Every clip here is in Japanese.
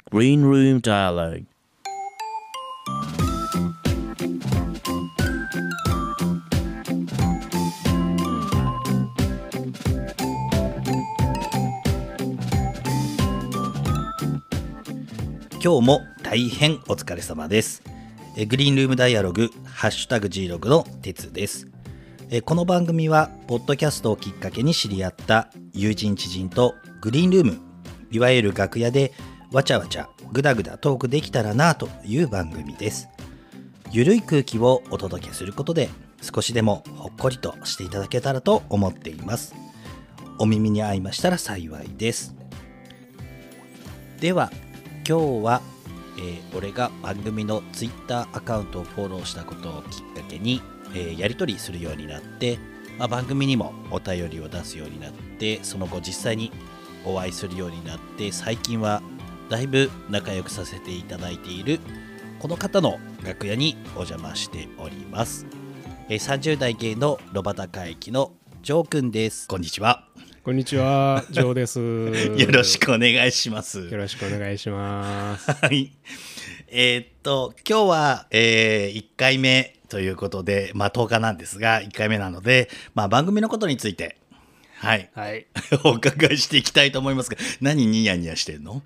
Green Room Dialogue. 今日も大変お疲れ様です。グリーンルームダイアログハッシュタグ G ログの鉄です。この番組はポッドキャストをきっかけに知り合った友人知人とグリーンルーム、いわゆる楽屋でわちゃわちゃぐだぐだトークできたらなという番組です。ゆるい空気をお届けすることで少しでもほっこりとしていただけたらと思っています。お耳に合いましたら幸いです。では今日は、俺が番組のツイッターアカウントをフォローしたことをきっかけに、やり取りするようになって、番組にもお便りを出すようになって、その後実際にお会いするようになって、最近はだいぶ仲良くさせていただいているこの方の楽屋にお邪魔しております。30代芸の炉端会議のジョーくんです。こんにちは。 こんにちは、ジョーです。 よろしくお願いします。 よろしくお願いします。 はい。今日は、1回目ということで、10日なんですが、1回目なので、番組のことについて、はい。 はい。 お伺いしていきたいと思いますが、何ニヤニヤしてんの？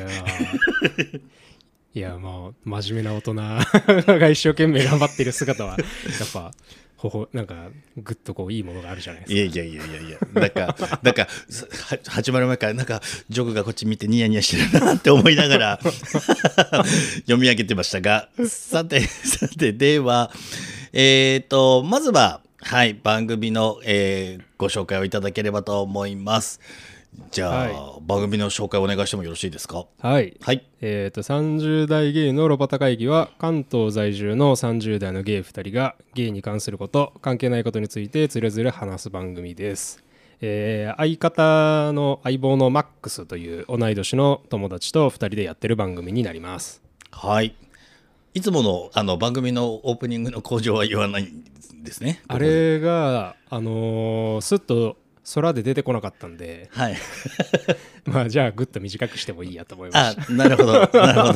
いや、もう、真面目な大人が一生懸命頑張っている姿は、やっぱ、なんかグッとこういいものがあるじゃないですか。 いやなんか始まる前からなんかジョグがこっち見てニヤニヤしてるなって思いながら読み上げてましたが、さてではまずははい番組の、ご紹介をいただければと思います。じゃあ、はい、番組の紹介をお願いしてもよろしいですか？ はい、 はい。 30代ゲイの炉端会議は関東在住の30代のゲイ2人がゲイに関すること関係ないことについてつれづれ話す番組です。相棒のマックスという同い年の友達と2人でやってる番組になります。 はい。いつもの番組のオープニングの口上は言わないんですね。 あれがスッと空で出てこなかったんで、 はい、 じゃあぐっと短くしてもいいやと思いました。 なるほど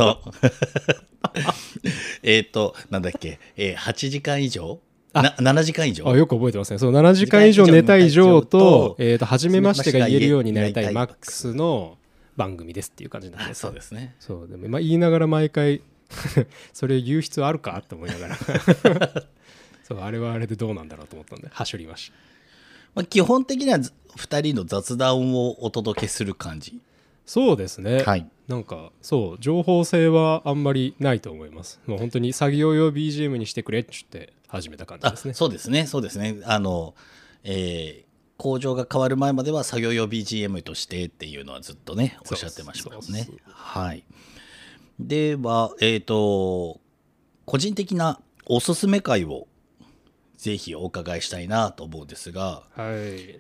なんだっけ、8時間以上7時間以上よく覚えてますね。そう7時間以上寝たいジョーと初めましてが言えるようになりたいマックスの番組ですっていう感じなんです。 そうですね。 そうでも、言いながら毎回それ言う必要あるかって思いながらそうあれはあれでどうなんだろうと思ったんではしょりました。 基本的には2人の雑談をお届けする感じ。 そうですね、 はい、 なんかそう情報性はあんまりないと思います。もう本当に作業用 BGM にしてくれって言って始めた感じですね。 そうですね工場が変わる前までは作業用 BGM としてっていうのはずっとねおっしゃってましたもんね。はい。では個人的なおすすめ回をぜひお伺いしたいなと思うんですが、 はい。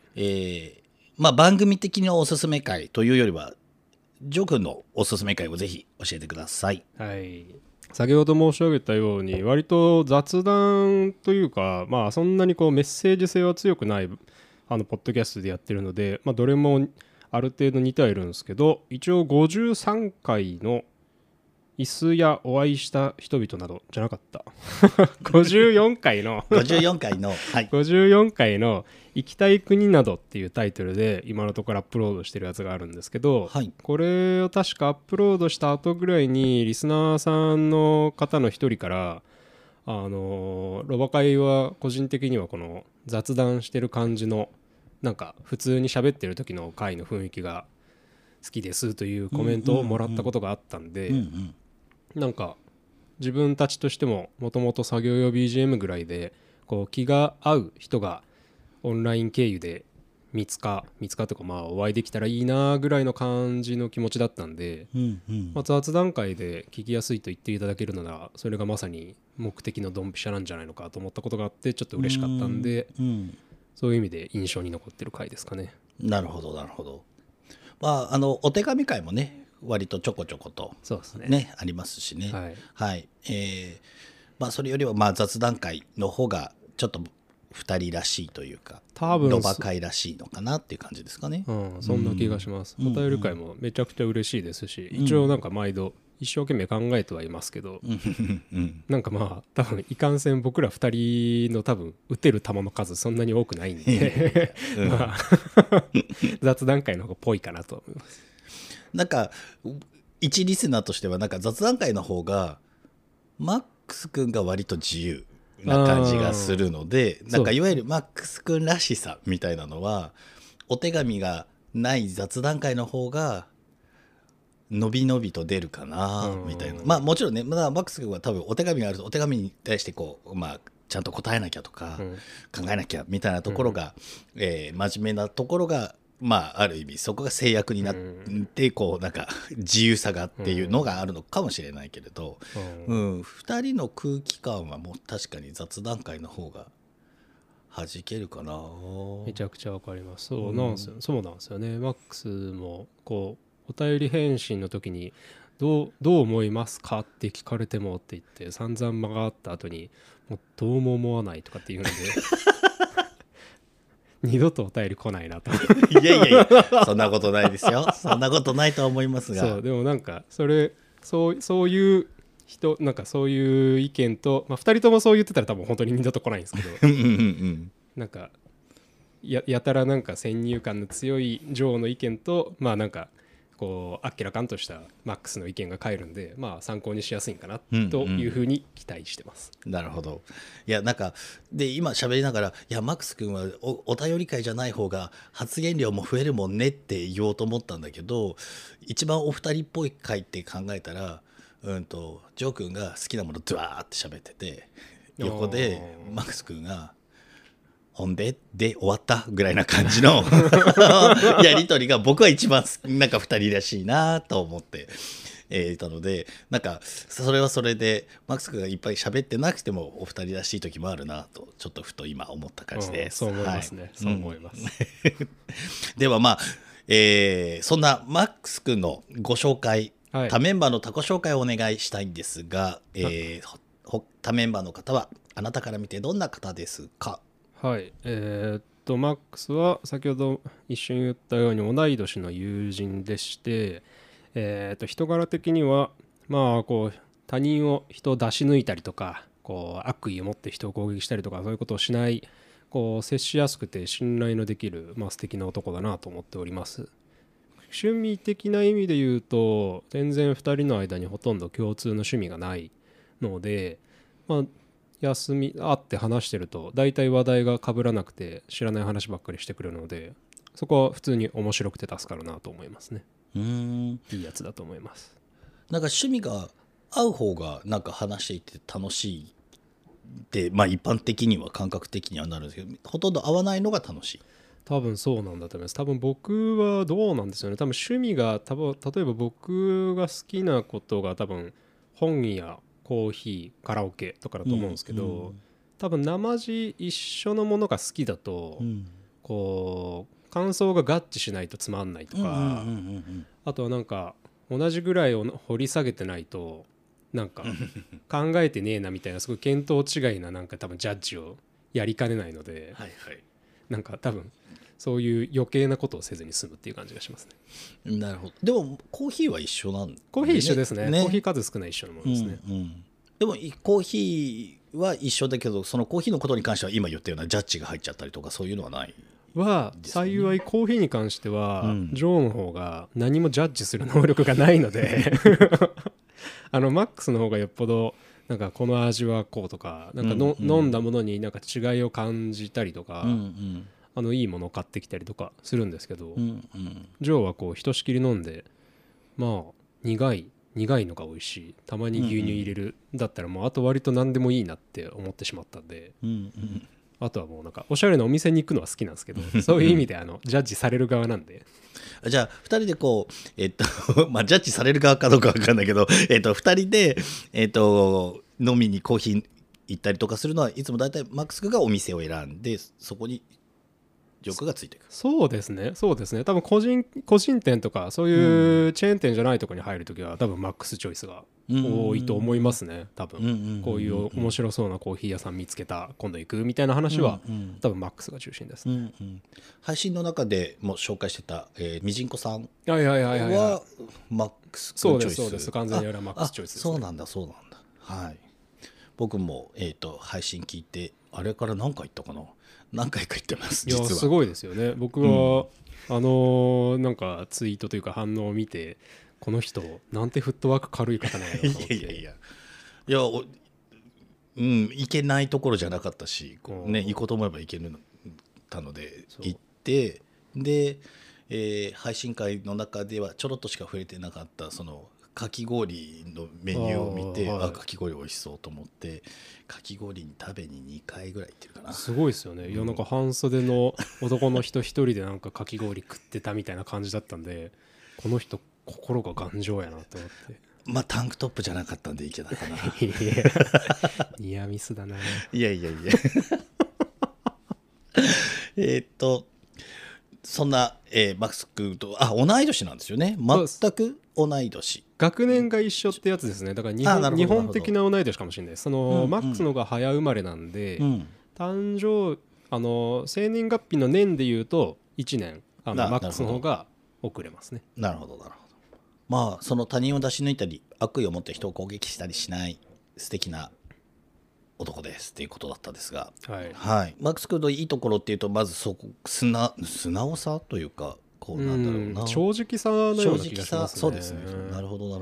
番組的なおすすめ回というよりはジョー君のおすすめ回をぜひ教えてください。 はい。先ほど申し上げたように割と雑談というか、そんなにこうメッセージ性は強くないポッドキャストでやってるので、どれもある程度似てはいるんですけど、一応53回の椅子やお会いした人々などじゃなかった54回の54回の行きたい国などっていうタイトルで今のところアップロードしてるやつがあるんですけど、 はい、 これを確かアップロードした後ぐらいにリスナーさんの方の一人からロバ会は個人的にはこの雑談してる感じのなんか普通に喋ってる時の回の雰囲気が好きですというコメントをもらったことがあったんで、なんか自分たちとしてももともと作業用 BGM ぐらいでこう気が合う人がオンライン経由で見つかとかお会いできたらいいなぐらいの感じの気持ちだったんで、雑談会で聞きやすいと言っていただけるならそれがまさに目的のドンピシャなんじゃないのかと思ったことがあってちょっと嬉しかったんで、そういう意味で印象に残ってる回ですかね。 なるほど。お手紙会もね割とちょこちょことそうですねありますしね。はい。それよりは雑談会の方がちょっと 2人らしいというか多分ロバ会らしいのかなっていう感じですかね。 そんな気がします。お便り会もめちゃくちゃ嬉しいですし、一応なんか毎度一生懸命考えてはいますけど、なんかまあ多分いかんせん僕ら2人の多分打てる球の数そんなに多くないんでまあ雑談会の方がぽいかなと思います。 なんか一リスナーとしてはなんか雑談会の方がマックス君が割と自由な感じがするので、なんかいわゆるマックス君らしさみたいなのはお手紙がない雑談会の方がのびのびと出るかなみたいな。まあもちろんね、マックス君は多分お手紙があるとお手紙に対してこうまあちゃんと答えなきゃとか考えなきゃみたいなところが、真面目なところがまあある意味そこが制約になってこうなんか自由さがっていうのがあるのかもしれないけれど、2人の空気感はもう確かに雑談会の方が弾けるかな。 めちゃくちゃわかります。そうなんですよ、そうなんですよね。マックスもこうお便り返信の時にどう思いますかって聞かれてもって言って散々間があった後にもうどうも思わないとかって言うんで二度とお便り来ないなといやいやいやそんなことないですよ。そんなことないと思いますが。 そうでもなんかそういう人なんかそういう意見と、まあ、2人ともそう言ってたら多分本当に二度と来ないんですけどなんかやたらなんか先入観の強いジョーの意見とまあなんかこうあっけらかんとしたマックスの意見が返るんで、まあ参考にしやすいんかなというふうに期待してます。 なるほど。いやなんかで今喋りながらいやマックス君はお便り会じゃない方が発言量も増えるもんねって言おうと思ったんだけど、一番お二人っぽい会って考えたらジョー君が好きなものドワーって喋ってて、横でマックス君がほんで終わったぐらいな感じのやり取りが僕は一番なんか2人らしいなと思っていたので、なんかそれはそれでマックス君がいっぱい喋ってなくてもお二人らしい時もあるなとちょっとふと今思った感じです。 そう思いますね、はい、そう思います、 ではまあ、そんなマックス君のご紹介、他メンバーの他己紹介をお願いしたいんですが、他メンバーの方はあなたから見てどんな方ですか？ はい、マックスは先ほど一瞬言ったように同い年の友人でして、人柄的にはまあこう他人を人を出し抜いたりとかこう悪意を持って人を攻撃したりとかそういうことをしない、こう接しやすくて信頼のできる、素敵な男だなと思っております。趣味的な意味で言うと全然2人の間にほとんど共通の趣味がないので、休み会って話してると大体話題が被らなくて知らない話ばっかりしてくるので、そこは普通に面白くて助かるなと思いますね。いいやつだと思います。 なんか趣味が合う方がなんか話していて楽しいって、一般的には感覚的にはなるんですけど、ほとんど合わないのが楽しい。 多分そうなんだと思います。多分僕はどうなんですよね。多分趣味が例えば僕が好きなことが多分本やコーヒーカラオケとかだと思うんですけど、多分生地一緒のものが好きだと、こう感想が合致しないとつまんないとか、あとはなんか同じぐらいを掘り下げてないとなんか考えてねえなみたいなすごい見当違いななんか多分ジャッジをやりかねないので、なんか多分そういう余計なことをせずに済むっていう感じがしますね。 なるほど。でもコーヒーは一緒なんで、ね、 コーヒー一緒ですね。コーヒー数少ない一緒のものですね。 でもコーヒーは一緒だけど、そのコーヒーのことに関しては今言ったようなジャッジが入っちゃったりとかそういうのはない、 幸いコーヒーに関しては、ジョーの方が何もジャッジする能力がないのでマックスの方がよっぽどなんかこの味はこうとかなんか飲んだものになんか違いを感じたりとか、いいものを買ってきたりとかするんですけど、ジョーはこうひとしきり飲んで苦いのが美味しい、たまに牛乳入れる、だったらもうあと割と何でもいいなって思ってしまったんで、あとはもうなんかおしゃれなお店に行くのは好きなんですけどそういう意味でジャッジされる側なんでじゃあ2人でこうジャッジされる側かどうか分かんないけど2人で飲みにコーヒー行ったりとかするのはいつもだいたいマックスがお店を選んでそこに力がついていく。 そうですね多分個人店とかそういうチェーン店じゃないところに入るときは多分マックスチョイスが多いと思いますね。多分こういう面白そうなコーヒー屋さん見つけた今度行くみたいな話は多分マックスが中心ですね。 配信の中でも紹介してたみじんこさんはいはマックスチョイス。 そうです完全にあれはマックスチョイスですね。 そうなんだはい。僕も配信聞いてあれから何回行ったかな、何回か行ってます。 いや実はすごいですよね。僕は、なんかツイートというか反応を見てこの人なんてフットワーク軽い方なんやろと思っていや行けないところじゃなかったし、行こうと思えば行けるたので行って、で、配信会の中ではちょろっとしか触れてなかったそのかき氷のメニューを見て、かき氷美味しそうと思ってかき氷に食べに2回ぐらい行ってるかな。すごいですよね。いやなんか半袖の男の人一人でなんかかき氷食ってたみたいな感じだったんでこの人心が頑丈やなと思って。 まあタンクトップじゃなかったんでいけたかな。 ニアミスだな。 いやそんな、マックス君と同い年なんですよね。全く同い年。 学年が一緒ってやつですね。だから日本的な同い年かもしれないです。その、マックスのが早生まれなんで、誕生生年月日の年でいうと1年マックスの方が遅れますね。 なるほど。まあその他人を出し抜いたり悪意を持って人を攻撃したりしない素敵な男ですっていうことだったんですが、はい、マックス君のいいところっていうとまず素直さというかこうなんだろうな、 正直さのような気がしますね。 そうですね。なるほど。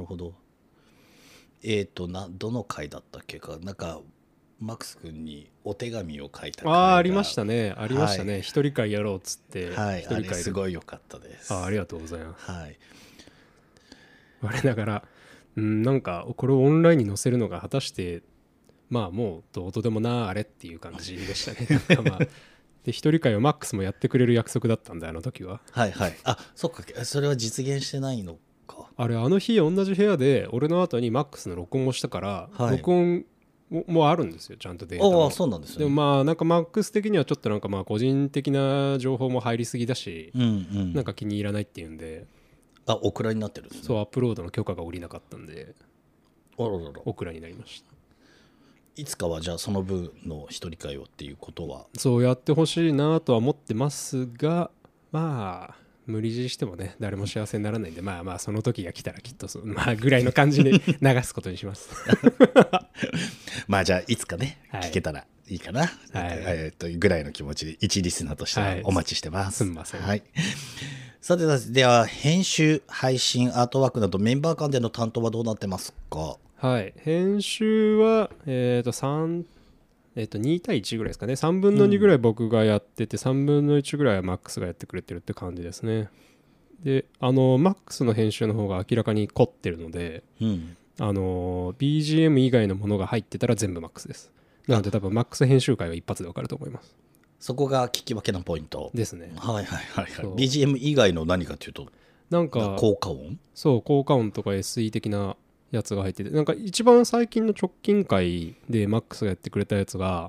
どの回だったっけか、なんかマックス君にお手紙を書いた回がありましたね。一人会やろうっつって、 はい、あれすごい良かったです。 ありがとうございます。 はい。 我ながらなんかこれをオンラインに載せるのが果たしてまあもうどうとでもなあれっていう感じでしたね。なんかまあで一人会をマックスもやってくれる約束だったんであの時は。 そっか、それは実現してないのか。 あの日同じ部屋で俺の後にマックスの録音をしたから、録音もあるんですよちゃんとデータも。 そうなんですね。 でもまあなんかマックス的にはちょっとなんかまあ個人的な情報も入りすぎだし、なんか気に入らないっていうんでオクラになってるんですね。 そうアップロードの許可が下りなかったんでオクラになりました。 いつかはじゃあその分の一人会をっていうことはそうやってほしいなとは思ってますが、まあ無理強いしてもね誰も幸せにならないんで、まあその時が来たらきっとぐらいの感じで流すことにしますまあじゃあいつかね、聞けたらいいかな、というぐらいの気持ちで一リスナーとしてはお待ちしてます。 すみません。 さてでは編集配信アートワークなどメンバー間での担当はどうなってますか？ 編集は2対1ぐらいですかね。3分の2ぐらい僕がやってて、3分の1ぐらいはマックスがやってくれてるって感じですね。でマックスの編集の方が明らかに凝ってるので、BGM 以外のものが入ってたら全部マックスです。なので多分マックス編集会は一発で分かると思います。 そこが聞き分けのポイントですね。 BGM 以外の何かというとなんか効果音とか SE 的なやつが入ってて、なんか一番最近の直近回でマックスがやってくれたやつが、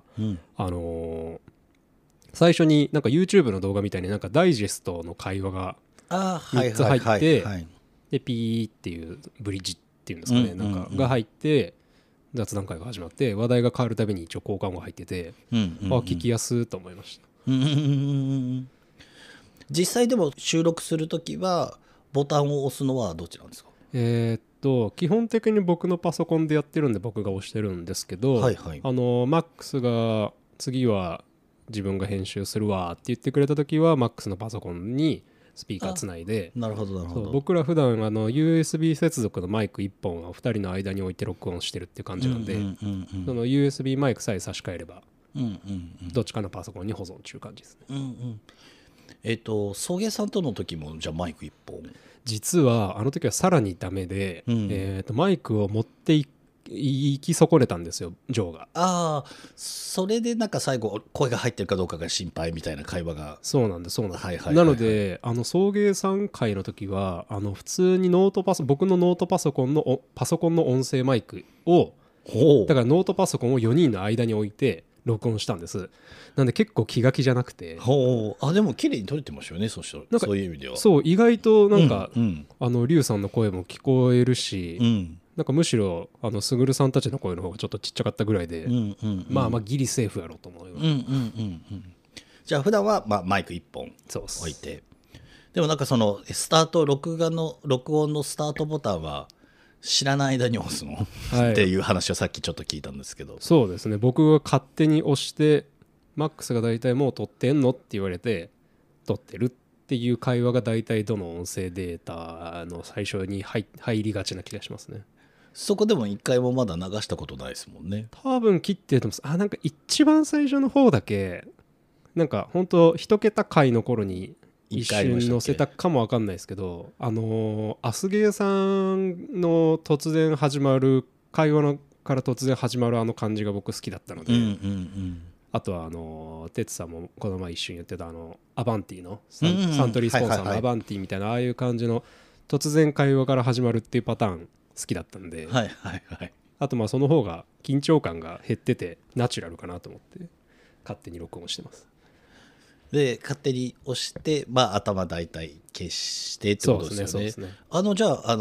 最初になんか YouTube の動画みたいになんかダイジェストの会話が3つ入ってでピーっていうブリッジっていうんですかね、なんかが入って雑談会が始まって話題が変わるたびに一応交換が入ってて、聞きやすいと思いました。 実際でも収録するときはボタンを押すのはどっちなんですか？ 基本的に僕のパソコンでやってるんで僕が押してるんですけど、マックスが次は自分が編集するわって言ってくれた時はマックスのパソコンにスピーカーつないで、僕ら普段USB 接続のマイク1本を2人の間に置いて録音してるっていう感じなんで、その USB マイクさえ差し替えればどっちかのパソコンに保存っていう感じですね。 送迎さんとの時もじゃあマイク1本？ 実はあの時はさらにダメで、マイクを持って行き損ねたんですよジョーが。 それでなんか最後声が入ってるかどうかが心配みたいな会話が。 そうなんです。なので送迎さん会の時は普通に僕のノートパソコンの音声マイクをだからノートパソコンを4人の間に置いて録音したんです。なんで結構気が気じゃなくて、 ほう、あでも綺麗に撮れてましたよね。そしたらなんかそういう意味では。 そう意外となんか、 うんリュウさんの声も聞こえるし、 うんなんかむしろスグルさんたちの声の方がちょっとちっちゃかったぐらいで、 うんうんうん、 まあまあギリセーフやろうと思うよ、 うんうんうんうん。じゃあ普段はまあマイク1本そうっす置いて、でもなんかそのスタート録音のスタートボタンは知らない間に押すの、 はいっていう話をさっきちょっと聞いたんですけど。 そうですね、僕が勝手に押してマックスが大体もう撮ってんのって言われて撮ってるっていう会話が大体どの音声データの最初に入りがちな気がしますね。 そこでも一回もまだ流したことないですもんね。 多分切ってると思うんです。なんか一番最初の方だけなんか本当一桁回の頃に一瞬載せたかも分かんないですけど、アスゲーさんの突然始まる会話のから突然始まる感じが僕好きだったので、 うんうんうんあとはテツさんもこの前一緒に言ってたアバンティのうんうんサントリースポンサーはいはいはいのアバンティみたいなああいう感じの突然会話から始まるっていうパターン好きだったんで、 はいはいはい。 あとまあその方が緊張感が減っててナチュラルかなと思って勝手に録音してます。 で勝手に押して、まあ、頭大体消してってことですよね。 そうですね。 じゃあ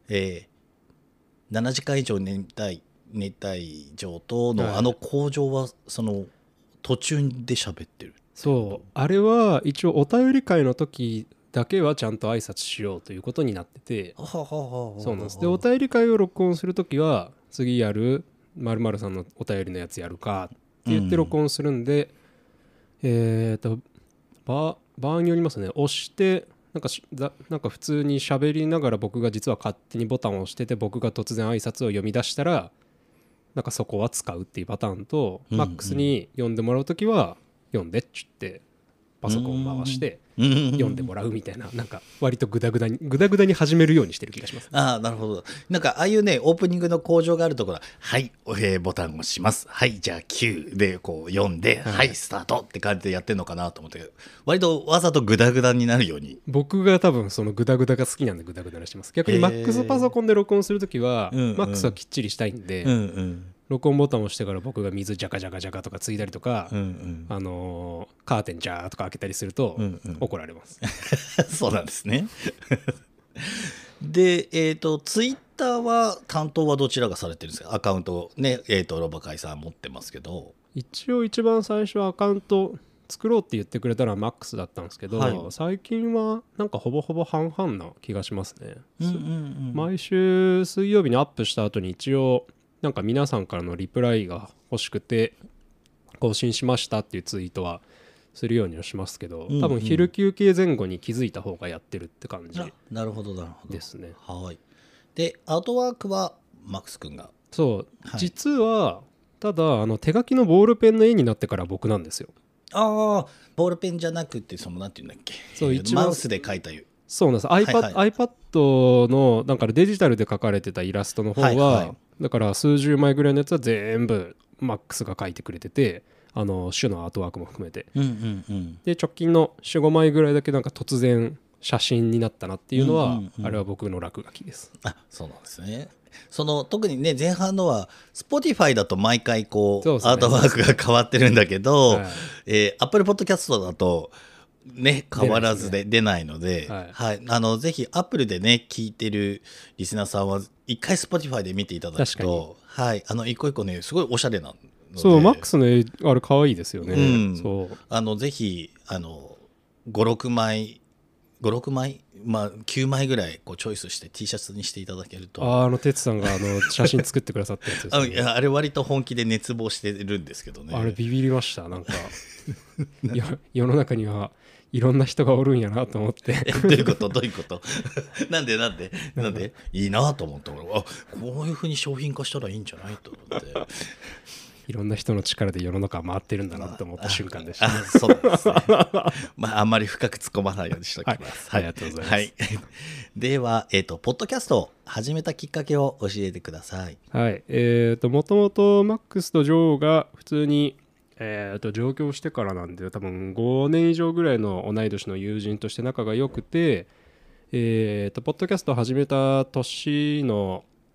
7時間以上寝たい上等の、 はい工場はその途中で喋ってる。 そうあれは一応お便り会の時だけはちゃんと挨拶しようということになってて、そうなんです。でお便り会を録音する時は次やる〇〇さんのお便りのやつやるかって言って録音するんで、場合によりますね。押してなんか普通に喋りながら僕が実は勝手にボタンを押してて僕が突然挨拶を読み出したらなんかそこは使うっていうパターンと、マックスに読んでもらう時は読んでっちってパソコンを回して読んでもらうみたいな、なんか割とグダグダに始めるようにしてる気がします。 ああなるほど。なんかああいうねオープニングの工場があるところははい、ボタンを押します、はいじゃあ9でこう読んで、はい、スタートって感じでやってるのかなと思って割とわざとグダグダになるように。 僕が多分そのグダグダが好きなんでグダグダにしてます。逆にマックスパソコンで録音するときは、マックスはきっちりしたいんで、録音ボタンを押してから僕が水ジャカジャカジャカとかついたりとか、カーテンジャーとか開けたりすると怒られます。 そうなんですね。でツイッターは担当はどちらがされてるんですか？アカウントね、ロバカイさん持ってますけど、 一応一番最初アカウント作ろうって言ってくれたのはマックスだったんですけど、最近はなんかほぼほぼ半々な気がしますね。毎週水曜日にアップした後に一応なんか皆さんからのリプライが欲しくて更新しましたっていうツイートはするようにはしますけど、多分昼休憩前後に気づいた方がやってるって感じなるほどなるほどですね。 はい。でアートワークはマックス君が。 そう、実はただ手書きのボールペンの絵になってから僕なんですよ。 ああボールペンじゃなくてそのなんていうんだっけ、 そうマウスで描いたそうなんです。iPad のなんかデジタルで描かれてたイラストの方は、だから数十枚ぐらいのやつは全部マックスが描いてくれてて、種のアートワークも含めて、で直近の 4,5 枚ぐらいだけなんか突然写真になったなっていうのは、あれは僕の落書きです。 あ、そうなんですね。その特にね前半のは Spotify だと毎回こう、アートワークが変わってるんだけど、Apple Podcast だとね変わらずで出ないので、ぜひ Apple でね聞いてるリスナーさんは一回 Spotify で見ていただくと、一個一個ねすごいおしゃれなので、 そうマックスの絵あれ可愛いですよね。 そうぜひ56枚まあ9枚ぐらいこうチョイスして T シャツにしていただけると、 哲さんが写真作ってくださったやつですね。 いやあれ割と本気で熱望してるんですけどね。 あれビビりました。なんか世の中にはいろんな人がおるんやなと思ってどういうことなんでいいなと思ったから、こういう風に商品化したらいいんじゃないと思っていろんな人の力で世の中は回ってるんだなと思った瞬間でした。 そうですね。まああんまり深く突っ込まないようにしておきます。 ありがとうございます。 ではポッドキャストを始めたきっかけを教えてください。 はい。もともとマックスとジョーが普通に上京してからなんで多分5年以上ぐらいの同い年の友人として仲が良くて、ポッドキャストを始めた年の、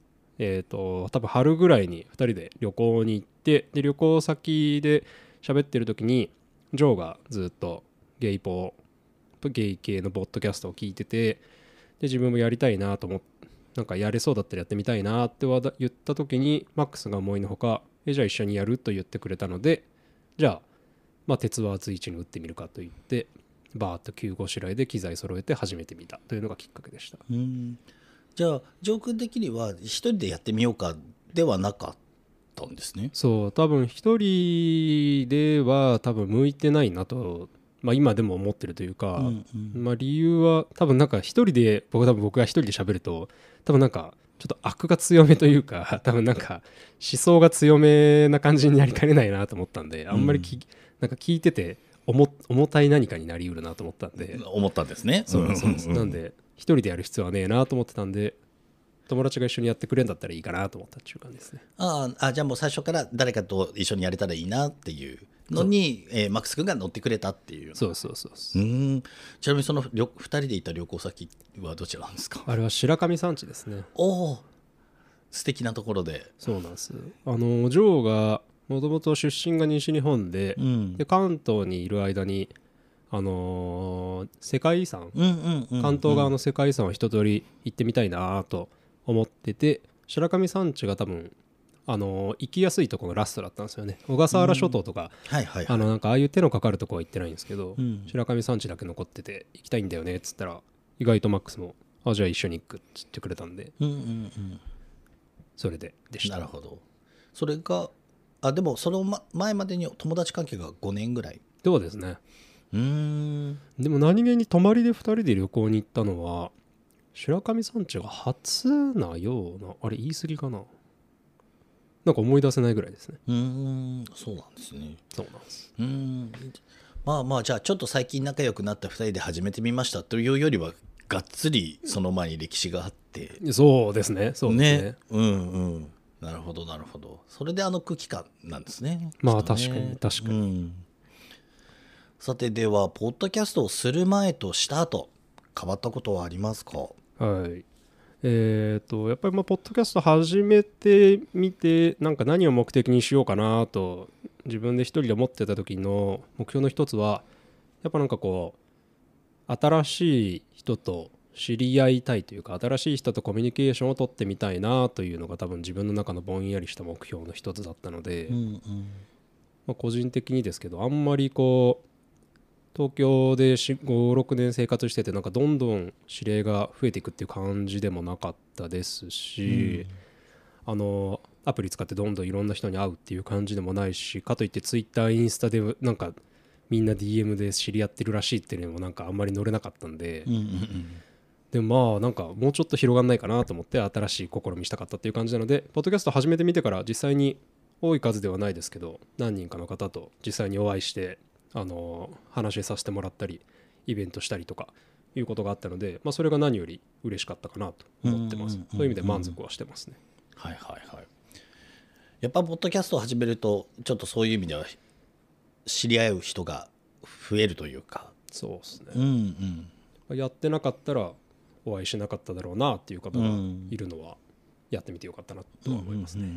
多分春ぐらいに2人で旅行に行って、で旅行先で喋ってる時にジョーがずっとゲイ系のポッドキャストを聞いてて、で自分もやりたいなと思って、なんかやれそうだったらやってみたいなって言った時にマックスが思いのほかじゃあ一緒にやると言ってくれたので、じゃあまあ鉄は熱い位置に打ってみるかと言ってバーッと急ごしらえで機材揃えて始めてみたというのがきっかけでした。 じゃあジョー君的には一人でやってみようかではなかったんですね。 そう、多分一人では多分向いてないなと、まあ、今でも思ってるというか、まあ、理由は多分なんか一人で僕が一人で喋ると多分なんかちょっと悪が強めというか多分なんか思想が強めな感じになりかねないなと思ったんで、あんまりなんか聞いてて重たい何かになりうるなと思ったんで、 思ったんですね。 そうです。なんで一人でやる必要はねえなと思ってたんで、友達が一緒にやってくれんだったらいいかなと思ったっていう感じですね。 じゃあもう最初から誰かと一緒にやれたらいいなっていうのに、マックス君が乗ってくれたっていう。 そう。 ちなみにその2人で行った旅行先はどちらなんですか？ あれは白神山地ですね。 おお、素敵なところで。 そうなんです。ジョーがもともと出身が西日本で、で関東にいる間に世界遺産、関東側の世界遺産を一通り行ってみたいなと思ってて、白神山地が多分行きやすいところのラストだったんですよね。小笠原諸島とか、なんかああいう手のかかるとこは行ってないんですけど、白神山地だけ残ってて行きたいんだよねっつったら、意外とマックスもじゃあ一緒に行くっつってくれたんで、それでした。 なるほど。それがでもその前までに友達関係が5年ぐらい。 そうですね。でも何気に泊まりで2人で旅行に行ったのは白神山地が初なような、あれ言い過ぎかな、なんか思い出せないぐらいですね。 そうなんですね。 そうなんです。 まあじゃあちょっと最近仲良くなった2人で始めてみましたというよりはがっつりその前に歴史があって。 そうですね。 なるほどなるほど。それで空気感なんですね。 まあ確かに、 さてではポッドキャストをする前とした後変わったことはありますか？ はい。やっぱりポッドキャスト始めてみて、なんか何を目的にしようかなと自分で一人で思ってた時の目標の一つは、やっぱなんかこう新しい人と知り合いたいというか、新しい人とコミュニケーションを取ってみたいなというのが多分自分の中のぼんやりした目標の一つだったので、個人的にですけど、あんまりこう東京で5、6年生活してて、なんかどんどん知り合いが増えていくっていう感じでもなかったですし、アプリ使ってどんどんいろんな人に会うっていう感じでもないし、かといってツイッターインスタでなんかみんな DM で知り合ってるらしいっていうのもなんかあんまり乗れなかったんで、でもまあなんかもうちょっと広がんないかなと思って新しい試みしたかったっていう感じなので、ポッドキャスト始めてみてから実際に多い数ではないですけど何人かの方と実際にお会いして話させてもらったりイベントしたりとかいうことがあったので、それが何より嬉しかったかなと思ってます。そういう意味で満足はしてますね。 やっぱポッドキャストを始めるとちょっとそういう意味では知り合う人が増えるというか。 そうですね、やってなかったらお会いしなかっただろうなっていう方がいるのはやってみてよかったなとは思いますね。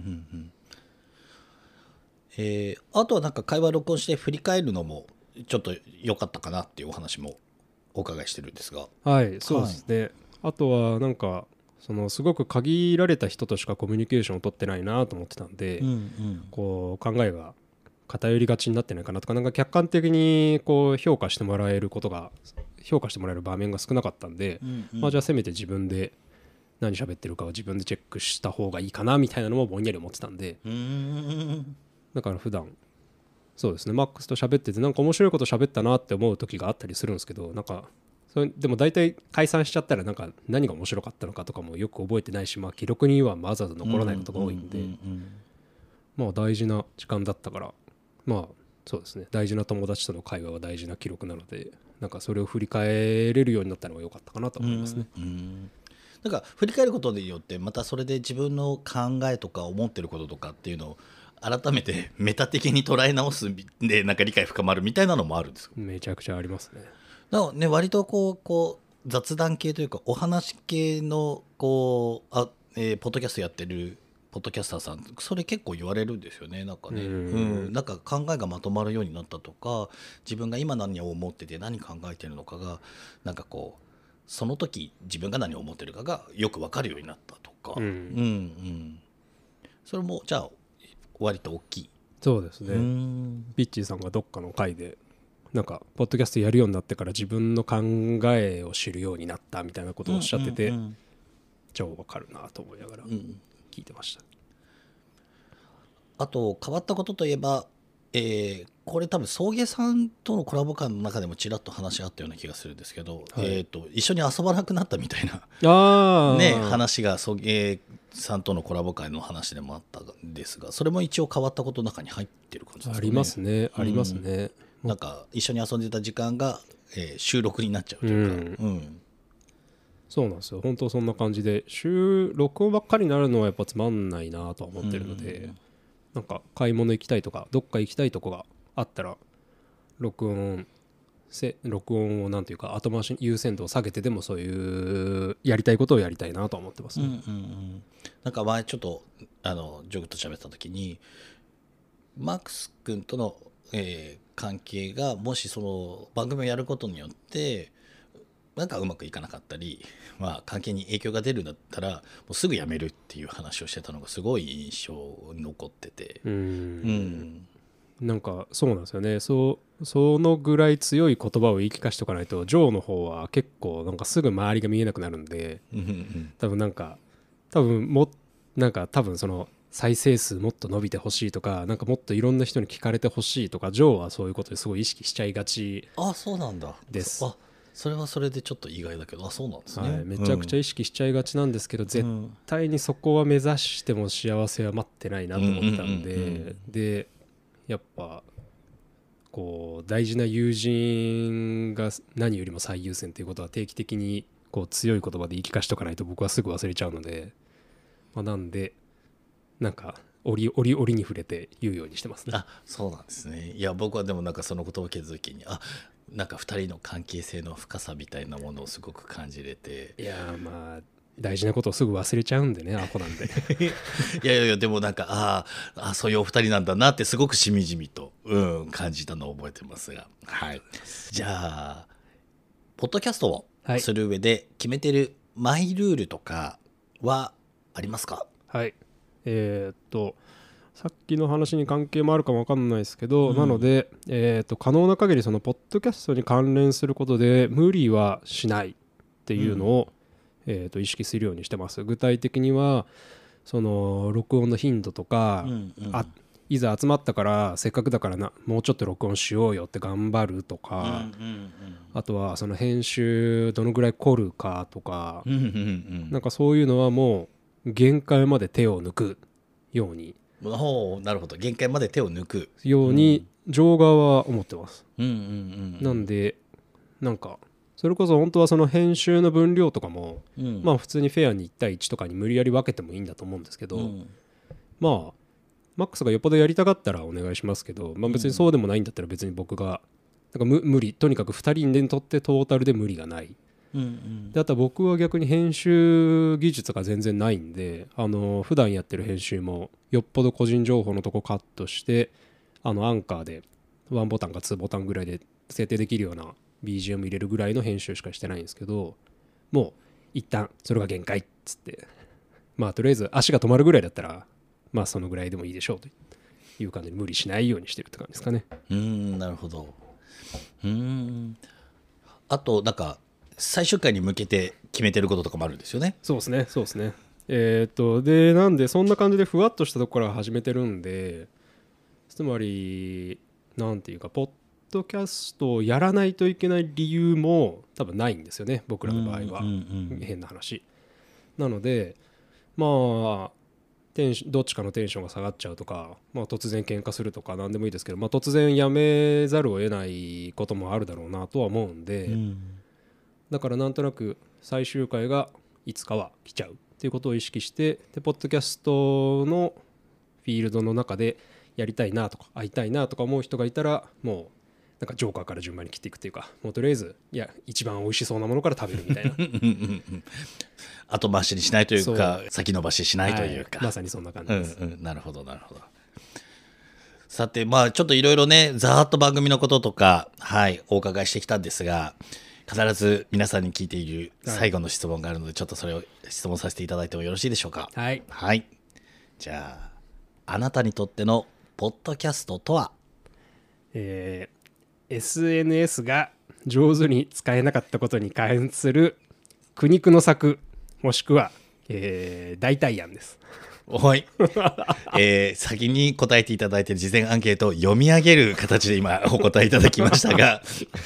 あとはなんか会話録音して振り返るのもちょっと良かったかなっていうお話もお伺いしてるんですが。 そうですね、あとはなんかすごく限られた人としかコミュニケーションを取ってないなと思ってたんで、こう考えが偏りがちになってないかなとか、なんか客観的にこう評価してもらえる場面が少なかったんで、じゃあせめて自分で何喋ってるかを自分でチェックした方がいいかなみたいなのもぼんやり思ってたんで、だから普段そうですね、マックスと喋っててなんか面白いこと喋ったなって思う時があったりするんですけど、なんかそれでも大体解散しちゃったらなんか何が面白かったのかとかもよく覚えてないし、記録にはわざわざ残らないことが多いんで、大事な時間だったから、そうですね、大事な友達との会話は大事な記録なので、なんかそれを振り返れるようになったのが良かったかなと思いますね。 なんか振り返ることによってまたそれで自分の考えとか思ってることとかっていうのを改めてメタ的に捉え直すでなんか理解深まるみたいなのもあるんですか？ めちゃくちゃありますね。 だからね、割とこう雑談系というかお話系のこうポッドキャストやってるポッドキャスターさんそれ結構言われるんですよね。なんかね、なんか考えがまとまるようになったとか、自分が今何を思ってて何考えてるのかがなんかこうその時自分が何を思ってるかがよく分かるようになったとか、それもじゃあ割と大きい。 そうですね。ビッチーさんがどっかの回でなんかポッドキャストやるようになってから自分の考えを知るようになったみたいなことをおっしゃってて、超わかるなと思いながら聞いてました。 あと変わったことといえば、これ多分送迎さんとのコラボ感の中でもちらっと話があったような気がするんですけど、一緒に遊ばなくなったみたいな話が送迎さんとのコラボ会の話でもあったんですが、それも一応変わったことの中に入ってる感じですかね。 ありますね、ありますね。 なんか一緒に遊んでた時間が、収録になっちゃうというか、 そうなんですよ。本当そんな感じで録音ばっかりになるのはやっぱつまんないなとは思ってるので、なんか買い物行きたいとかどっか行きたいとこがあったら録音をなんていうか後回し優先度を下げてでもそういうやりたいことをやりたいなと思ってますね。 なんか前ちょっとジョグと喋った時にマックス君との、関係がもしその番組をやることによってなんかうまくいかなかったり、関係に影響が出るんだったらもうすぐやめるっていう話をしてたのがすごい印象に残ってて、 なんかそうなんですよね。そのぐらい強い言葉を言い聞かしておかないとジョーの方は結構なんかすぐ周りが見えなくなるんで、多分その再生数もっと伸びてほしいとか、なんかもっといろんな人に聞かれてほしいとか、ジョーはそういうことですごい意識しちゃいがち。 そうなんだ。それはそれでちょっと意外だけど、そうなんですね。 めちゃくちゃ意識しちゃいがちなんですけど、絶対にそこは目指しても幸せは待ってないなと思ったんで、でやっぱこう大事な友人が何よりも最優先ということは定期的にこう強い言葉で言い聞かしとかないと僕はすぐ忘れちゃうので、なんでなんか折に触れて言うようにしてますね。 そうなんですね。いや僕はでもなんかその言葉を聞いた時になんか2人の関係性の深さみたいなものをすごく感じれて、 いや大事なことをすぐ忘れちゃうんでね、アホなんでいやでもなんかそういうお二人なんだなってすごくしみじみと、感じたのを覚えてますが、じゃあポッドキャストをする上で決めてるマイルールとかはありますか？ さっきの話に関係もあるかも分かんないですけど、なので、可能な限りそのポッドキャストに関連することで無理はしないっていうのを、意識するようにしてます。具体的にはその録音の頻度とか、いざ集まったからせっかくだからもうちょっと録音しようよって頑張るとか、あとはその編集どのぐらい凝るかとか、なんかそういうのはもう限界まで手を抜くように、 なるほど、限界まで手を抜くように上側は思ってます。なんでなんかそれこそ本当はその編集の分量とかも、普通にフェアに1対1とかに無理やり分けてもいいんだと思うんですけど、マックスがよっぽどやりたかったらお願いしますけど、別にそうでもないんだったら別に僕がなんか無理、とにかく2人でとってトータルで無理がない。であとは僕は逆に編集技術が全然ないんで、普段やってる編集もよっぽど個人情報のとこカットしてアンカーで1ボタンか2ボタンぐらいで設定できるような BGM 入れるぐらいの編集しかしてないんですけど、もう一旦それが限界っつって、とりあえず足が止まるぐらいだったらそのぐらいでもいいでしょうという感じで無理しないようにしてるって感じですかね。 なるほど。あとなんか最終回に向けて決めてることとかもあるんですよね。 そうですね。でなんでそんな感じでふわっとしたところから始めてるんで、つまりなんていうかポッドキャストをやらないといけない理由も多分ないんですよね、僕らの場合は。変な話なので、どっちかのテンションが下がっちゃうとか、突然喧嘩するとか何でもいいですけど、突然やめざるを得ないこともあるだろうなとは思うんで、だからなんとなく最終回がいつかは来ちゃうっていうことを意識して、でポッドキャストのフィールドの中でやりたいなとか会いたいなとか思う人がいたらもなんかジョーカーから順番に切っていくっていうか、もうとりあえずいや一番美味しそうなものから食べるみたいな後回しにしないというか先延ばししないというか、 はい、まさにそんな感じです、 なるほどなるほど。さてまあちょっといろいろねざーっと番組のこととかはいお伺いしてきたんですが、必ず皆さんに聞いている最後の質問があるので、ちょっとそれを質問させていただいてもよろしいでしょうか。 はい、 はい、じゃああなたにとってのポッドキャストとは。 SNS が上手に使えなかったことに関する苦肉の策、もしくは、代替案です。 はい、先に答えていただいている事前アンケートを読み上げる形で今お答えいただきましたが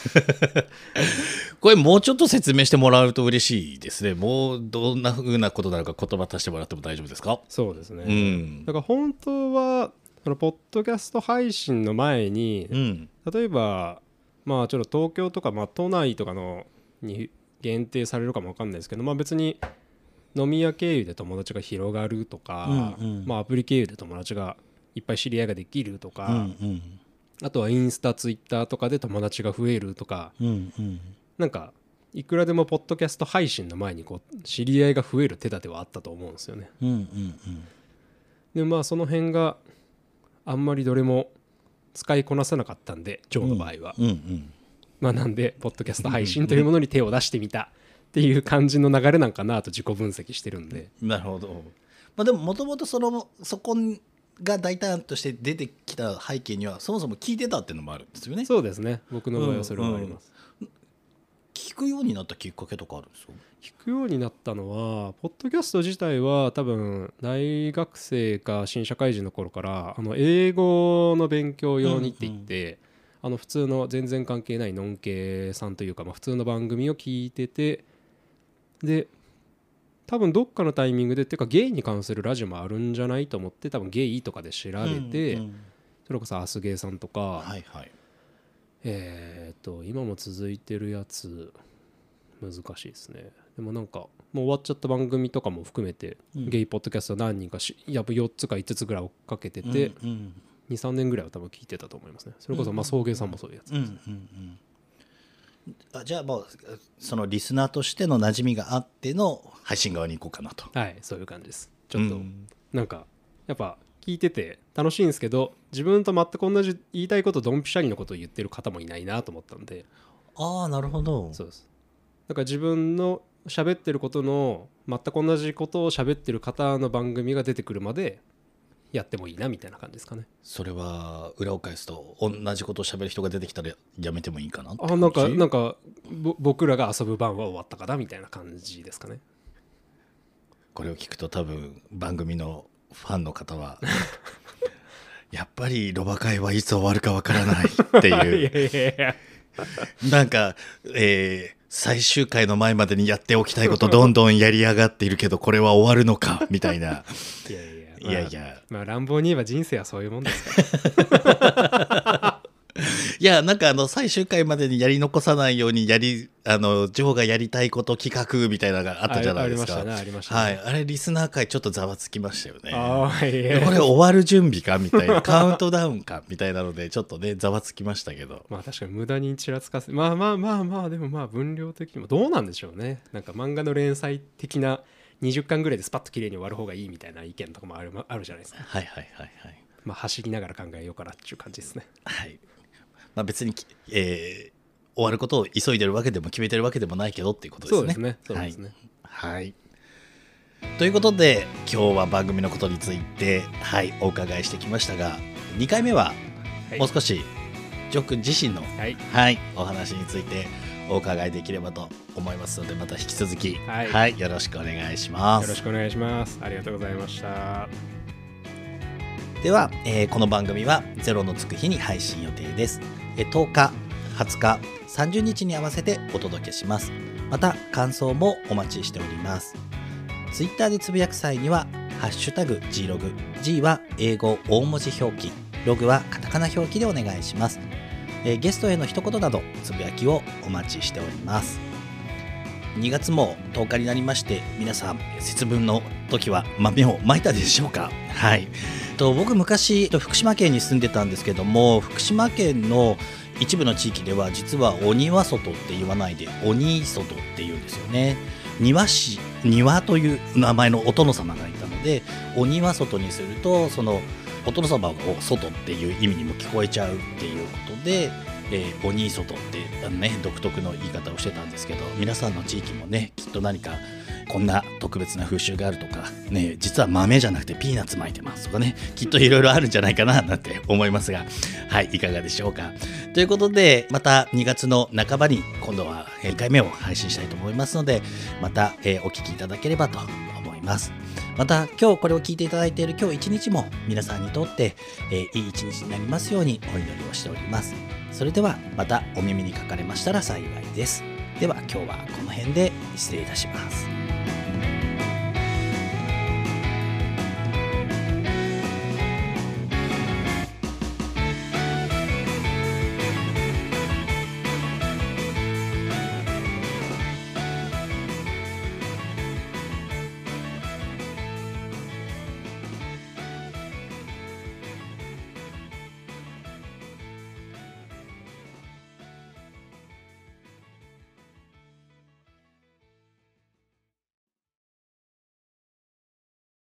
これもうちょっと説明してもらうと嬉しいですね。もうどんな風なことなのか言葉足してもらっても大丈夫ですか。 そうですね、だから本当はポッドキャスト配信の前に、例えばまあちょっと東京とか、都内とかのに限定されるかも分かんないですけど、別に飲み屋経由で友達が広がるとか、アプリ経由で友達がいっぱい知り合いができるとか、あとはインスタツイッターとかで友達が増えるとか、なんかいくらでもポッドキャスト配信の前にこう知り合いが増える手立てはあったと思うんですよね。でその辺があんまりどれも使いこなさなかったんで、ジョーの場合は、なんでポッドキャスト配信というものに手を出してみたっていう感じの流れなんかなと自己分析してるんで。 なるほど。でももともとそこが大体案として出てきた背景にはそもそも聞いてたっていうのもあるんですよね。 そうですね、僕の場合はそれはあります、 聞くようになったきっかけとかあるんですか。 聞くようになったのは、ポッドキャスト自体は多分大学生か新社会人の頃から英語の勉強用にって言って、普通の全然関係ないノン系さんというか、普通の番組を聞いてて、で多分どっかのタイミングでっていうかゲイに関するラジオもあるんじゃないと思って、多分ゲイとかで調べて、それこそアスゲーさんとか、今も続いてるやつ難しいですね。でもなんかもう終わっちゃった番組とかも含めて、ゲイポッドキャスト何人かやっぱ4つか5つぐらい追っかけてて、2,3 年ぐらいは多分聞いてたと思いますね。それこそ送迎さんもそういうやつです。 じゃあもうそのリスナーとしての馴染みがあっての配信側に行こうかなと。 はい、そういう感じです。ちょっとなんかやっぱ聞いてて楽しいんですけど、自分と全く同じ言いたいことドンピシャリのことを言ってる方もいないなと思ったんで。 ああ、なるほど。 そうです。だから自分の喋ってることの全く同じことを喋ってる方の番組が出てくるまでやってもいいなみたいな感じですかね。 それは裏を返すと同じことを喋る人が出てきたらやめてもいいかなって感じ。 なんか僕らが遊ぶ番は終わったかなみたいな感じですかね。 これを聞くと多分番組のファンの方はやっぱりロバ会はいつ終わるかわからないっていうなんか、最終回の前までにやっておきたいことどんどんやり上がっているけどこれは終わるのかみたいな。いやいや、 乱暴に言えば人生はそういうもんですからいやなんか最終回までにやり残さないようにジョーがやりたいこと企画みたいなのがあったじゃないですか。 ありましたね。 はい、あれリスナー会ちょっとざわつきましたよね。 これ終わる準備かみたいなカウントダウンかみたいなのでちょっとねざわつきましたけど、 確かに無駄にちらつかせでも分量的にもどうなんでしょうね。なんか漫画の連載的な20巻ぐらいでスパッと綺麗に終わる方がいいみたいな意見とかもあるじゃないですか。走りながら考えようかなっていう感じですね。 はい、別に、終わることを急いでるわけでも決めてるわけでもないけどっていうことですね。 そうですね。 はい、ということで今日は番組のことについて、お伺いしてきましたが、2回目はもう少しジョー君自身の、お話についてお伺いできればと思いますので、また引き続き、よろしくお願いします。 よろしくお願いします。ありがとうございました。 では、この番組は0のつく日に配信予定です。10日、20日、30日に合わせてお届けします。また感想もお待ちしております。ツイッターでつぶやく際にはハッシュタグ G ログ、 G は英語大文字表記、ログはカタカナ表記でお願いします。ゲストへの一言などつぶやきをお待ちしております。2月も10日になりまして、皆さん節分の時は豆をまいたでしょうか。僕昔福島県に住んでたんですけども、福島県の一部の地域では実は鬼は外って言わないで鬼外って言うんですよね。庭という名前のお殿様がいたので、鬼は外にするとそのお殿様を外っていう意味にも聞こえちゃうっていうことで、鬼外って独特の言い方をしてたんですけど、皆さんの地域もねきっと何かこんな特別な風習があるとかね、実は豆じゃなくてピーナッツ巻いてますとかね、きっといろいろあるんじゃないかななんて思いますが、はい、いかがでしょうか。ということで、また2月の半ばに今度は1回目を配信したいと思いますので、また、お聞きいただければと思います。また今日これを聞いていただいている今日一日も皆さんにとって、いい一日になりますようにお祈りをしております。それではまたお耳にかかれましたら幸いです。では今日はこの辺で失礼いたします。